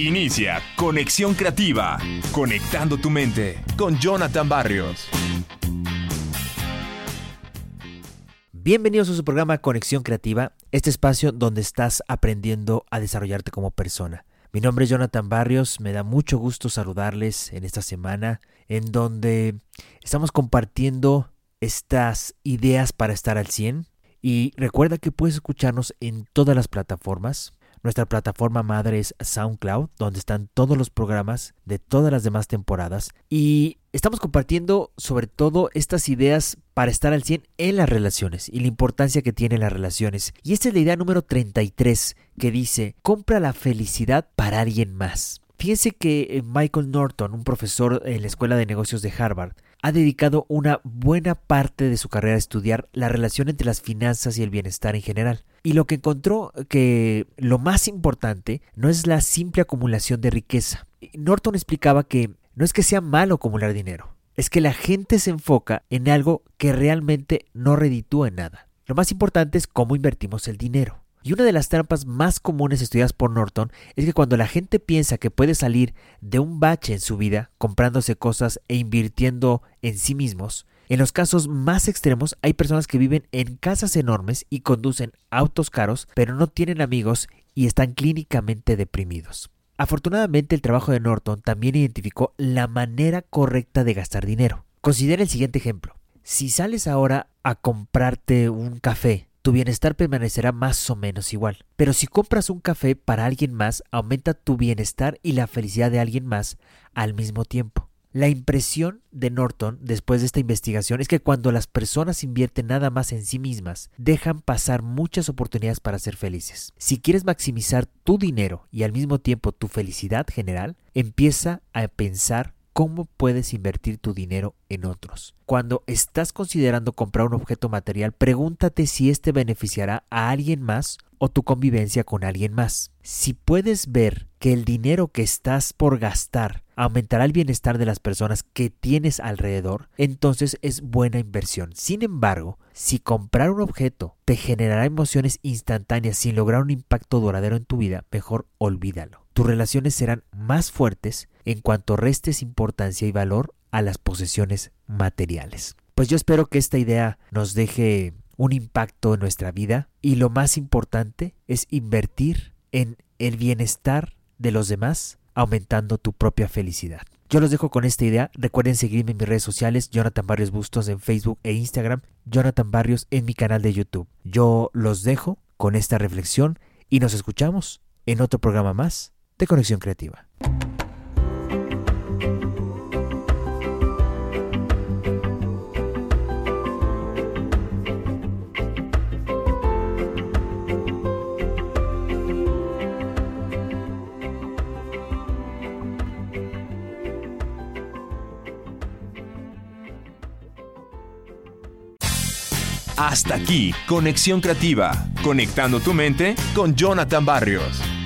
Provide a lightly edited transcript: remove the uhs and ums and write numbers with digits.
Inicia Conexión Creativa, conectando tu mente con Jonathan Barrios. Bienvenidos a su programa Conexión Creativa, este espacio donde estás aprendiendo a desarrollarte como persona. Mi nombre es Jonathan Barrios, me da mucho gusto saludarles en esta semana en donde estamos compartiendo estas ideas para estar al 100. Y recuerda que puedes escucharnos en todas las plataformas. Nuestra plataforma madre es SoundCloud, donde están todos los programas de todas las demás temporadas. Y estamos compartiendo sobre todo estas ideas para estar al 100 en las relaciones y la importancia que tienen las relaciones. Y esta es la idea número 33 que dice, compra la felicidad para alguien más. Fíjense que Michael Norton, un profesor en la Escuela de Negocios de Harvard, ha dedicado una buena parte de su carrera a estudiar la relación entre las finanzas y el bienestar en general. Y lo que encontró que lo más importante no es la simple acumulación de riqueza. Norton explicaba que no es que sea malo acumular dinero, es que la gente se enfoca en algo que realmente no reditúa en nada. Lo más importante es cómo invertimos el dinero. Y una de las trampas más comunes estudiadas por Norton es que cuando la gente piensa que puede salir de un bache en su vida comprándose cosas e invirtiendo en sí mismos, en los casos más extremos hay personas que viven en casas enormes y conducen autos caros, pero no tienen amigos y están clínicamente deprimidos. Afortunadamente el trabajo de Norton también identificó la manera correcta de gastar dinero. Considera el siguiente ejemplo. Si sales ahora a comprarte un café, tu bienestar permanecerá más o menos igual. Pero si compras un café para alguien más, aumenta tu bienestar y la felicidad de alguien más al mismo tiempo. La impresión de Norton después de esta investigación es que cuando las personas invierten nada más en sí mismas, dejan pasar muchas oportunidades para ser felices. Si quieres maximizar tu dinero y al mismo tiempo tu felicidad general, empieza a pensar ¿cómo puedes invertir tu dinero en otros? Cuando estás considerando comprar un objeto material, pregúntate si este beneficiará a alguien más o tu convivencia con alguien más. Si puedes ver que el dinero que estás por gastar aumentará el bienestar de las personas que tienes alrededor, entonces es buena inversión. Sin embargo, si comprar un objeto te generará emociones instantáneas sin lograr un impacto duradero en tu vida, mejor olvídalo. Tus relaciones serán más fuertes en cuanto restes importancia y valor a las posesiones materiales. Pues yo espero que esta idea nos deje un impacto en nuestra vida y lo más importante es invertir en el bienestar de los demás, aumentando tu propia felicidad. Yo los dejo con esta idea. Recuerden seguirme en mis redes sociales, Jonathan Barrios Bustos en Facebook e Instagram, Jonathan Barrios en mi canal de YouTube. Yo los dejo con esta reflexión y nos escuchamos en otro programa más de Conexión Creativa. Hasta aquí, Conexión Creativa, conectando tu mente con Jonathan Barrios.